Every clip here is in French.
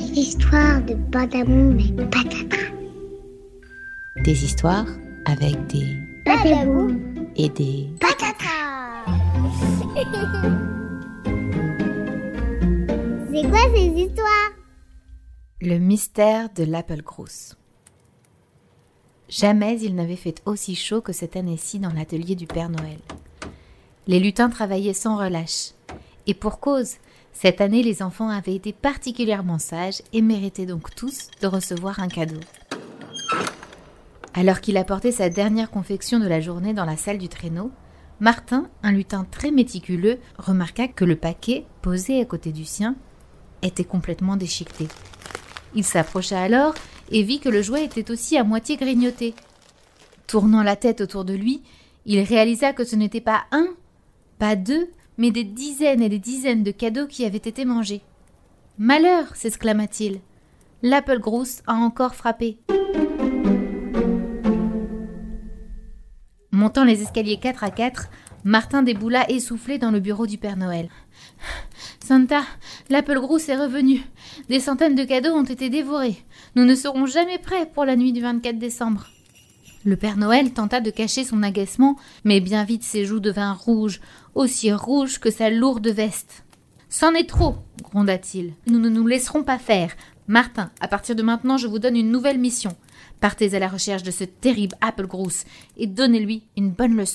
Des histoires de Badaboum et Patata. Des histoires avec des Badaboum et des Patata. C'est quoi ces histoires? Le mystère de l'Appelgrouse. Jamais il n'avait fait aussi chaud que cette année-ci dans l'atelier du Père Noël. Les lutins travaillaient sans relâche. Et pour cause, cette année les enfants avaient été particulièrement sages et méritaient donc tous de recevoir un cadeau. Alors qu'il apportait sa dernière confection de la journée dans la salle du traîneau, Martin, un lutin très méticuleux, remarqua que le paquet, posé à côté du sien, était complètement déchiqueté. Il s'approcha alors et vit que le jouet était aussi à moitié grignoté. Tournant la tête autour de lui, il réalisa que ce n'était pas un, pas deux, mais des dizaines et des dizaines de cadeaux qui avaient été mangés. « Malheur !» s'exclama-t-il. « L'Appelgrouse a encore frappé. » Montant les escaliers 4 à 4, Martin déboula essoufflé dans le bureau du Père Noël. « Santa, l'Appelgrouse est revenu. Des centaines de cadeaux ont été dévorés. Nous ne serons jamais prêts pour la nuit du 24 décembre. » Le Père Noël tenta de cacher son agacement, mais bien vite ses joues devinrent rouges, aussi rouges que sa lourde veste. « C'en est trop !» gronda-t-il. « Nous ne nous laisserons pas faire. Martin, à partir de maintenant, je vous donne une nouvelle mission. Partez à la recherche de ce terrible Appelgrouse et donnez-lui une bonne leçon. »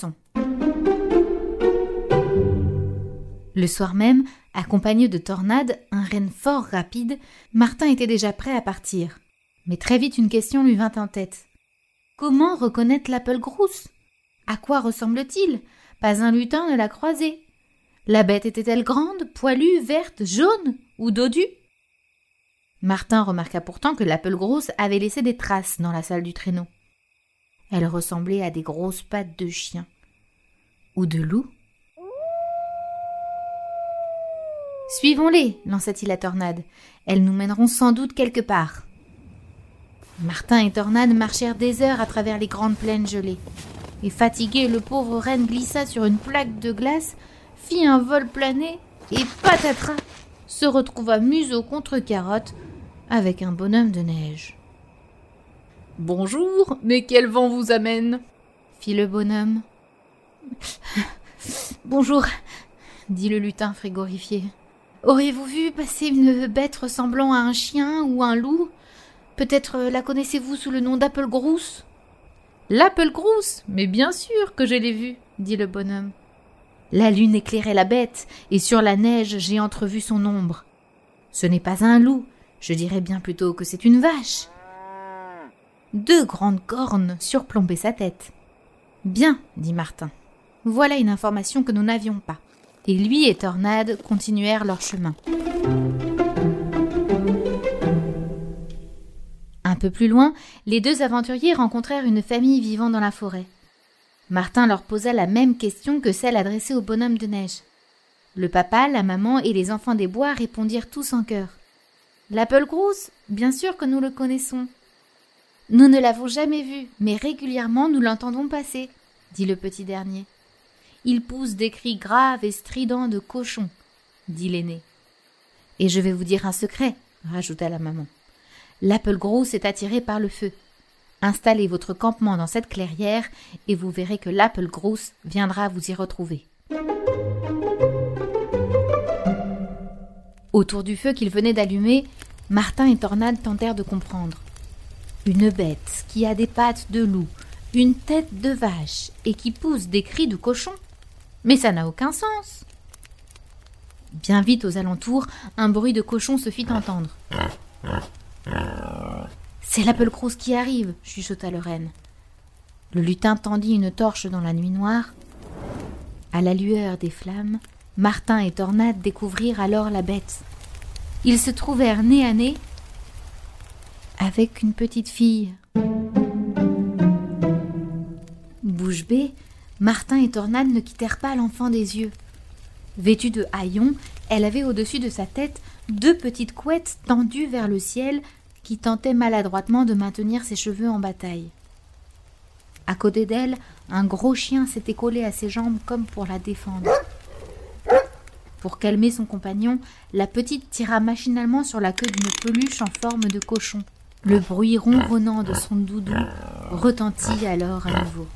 Le soir même, accompagné de Tornade, un renne fort rapide, Martin était déjà prêt à partir. Mais très vite une question lui vint en tête. Comment reconnaître l'Appelgrouse? À quoi ressemble-t-il? Pas un lutin ne l'a croisé. La bête était-elle grande, poilue, verte, jaune ou dodue? Martin remarqua pourtant que l'Appelgrouse avait laissé des traces dans la salle du traîneau. Elle ressemblait à des grosses pattes de chien. Ou de loup. « Suivons-les » lança-t-il à Tornade. « Elles nous mèneront sans doute quelque part. » Martin et Tornade marchèrent des heures à travers les grandes plaines gelées. Et fatigué, le pauvre renne glissa sur une plaque de glace, fit un vol plané et patatras se retrouva museau contre carotte avec un bonhomme de neige. « Bonjour, mais quel vent vous amène ?» fit le bonhomme. « Bonjour, » dit le lutin frigorifié. « Auriez-vous vu passer une bête ressemblant à un chien ou un loup? Peut-être la connaissez-vous sous le nom d'Appelgrouse ?»« L'Appelgrouse? Mais bien sûr que je l'ai vue, » dit le bonhomme. La lune éclairait la bête, et sur la neige j'ai entrevu son ombre. Ce n'est pas un loup, je dirais bien plutôt que c'est une vache. 2 grandes cornes surplombaient sa tête. « Bien, » dit Martin. « Voilà une information que nous n'avions pas. » Et lui et Tornade continuèrent leur chemin. Un peu plus loin, les 2 aventuriers rencontrèrent une famille vivant dans la forêt. Martin leur posa la même question que celle adressée au bonhomme de neige. Le papa, la maman et les enfants des bois répondirent tous en chœur. « L'Appelgrouse, bien sûr que nous le connaissons. »« Nous ne l'avons jamais vu, mais régulièrement nous l'entendons passer, » dit le petit dernier. « Il pousse des cris graves et stridents de cochon, » dit l'aîné. « Et je vais vous dire un secret, » rajouta la maman. « L'Appelgrouse est attiré par le feu. Installez votre campement dans cette clairière et vous verrez que l'Appelgrouse viendra vous y retrouver. » Autour du feu qu'ils venaient d'allumer, Martin et Tornade tentèrent de comprendre. Une bête qui a des pattes de loup, une tête de vache et qui pousse des cris de cochon? Mais ça n'a aucun sens. Bien vite aux alentours, un bruit de cochon se fit entendre. « C'est l'Appelgrouse qui arrive » chuchota le renne. Le lutin tendit une torche dans la nuit noire. À la lueur des flammes, Martin et Tornade découvrirent alors la bête. Ils se trouvèrent nez à nez avec une petite fille. Bouche bée, Martin et Tornade ne quittèrent pas l'enfant des yeux. Vêtue de haillons, elle avait au-dessus de sa tête 2 petites couettes tendues vers le ciel qui tentaient maladroitement de maintenir ses cheveux en bataille. À côté d'elle, un gros chien s'était collé à ses jambes comme pour la défendre. Pour calmer son compagnon, la petite tira machinalement sur la queue d'une peluche en forme de cochon. Le bruit ronronnant de son doudou retentit alors à nouveau.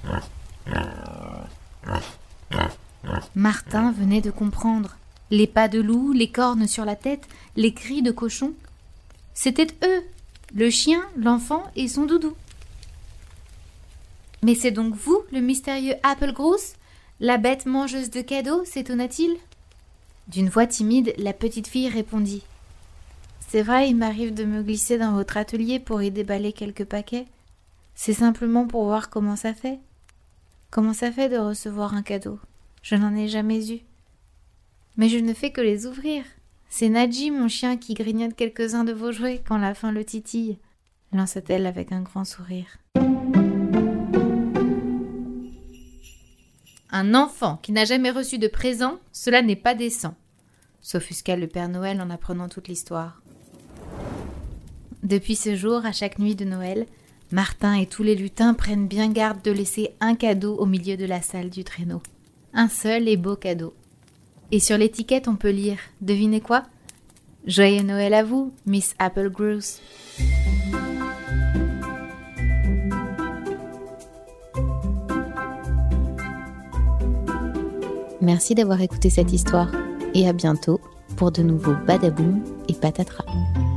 Martin venait de comprendre. Les pas de loup, les cornes sur la tête, les cris de cochon. C'étaient eux, le chien, l'enfant et son doudou. « Mais c'est donc vous, le mystérieux Applegrouse, la bête mangeuse de cadeaux ?» s'étonna-t-il. D'une voix timide, la petite fille répondit. « C'est vrai, il m'arrive de me glisser dans votre atelier pour y déballer quelques paquets. C'est simplement pour voir comment ça fait. Comment ça fait de recevoir un cadeau. Je n'en ai jamais eu. Mais je ne fais que les ouvrir. C'est Nadji, mon chien, qui grignote quelques-uns de vos jouets quand la faim le titille, » lança-t-elle avec un grand sourire. Un enfant qui n'a jamais reçu de présent, cela n'est pas décent, s'offusqua le Père Noël en apprenant toute l'histoire. Depuis ce jour, à chaque nuit de Noël, Martin et tous les lutins prennent bien garde de laisser un cadeau au milieu de la salle du traîneau. Un seul et beau cadeau. Et sur l'étiquette, on peut lire, devinez quoi ? Joyeux Noël à vous, Miss Applegrouse. Merci d'avoir écouté cette histoire et à bientôt pour de nouveaux Badaboum et Patatras.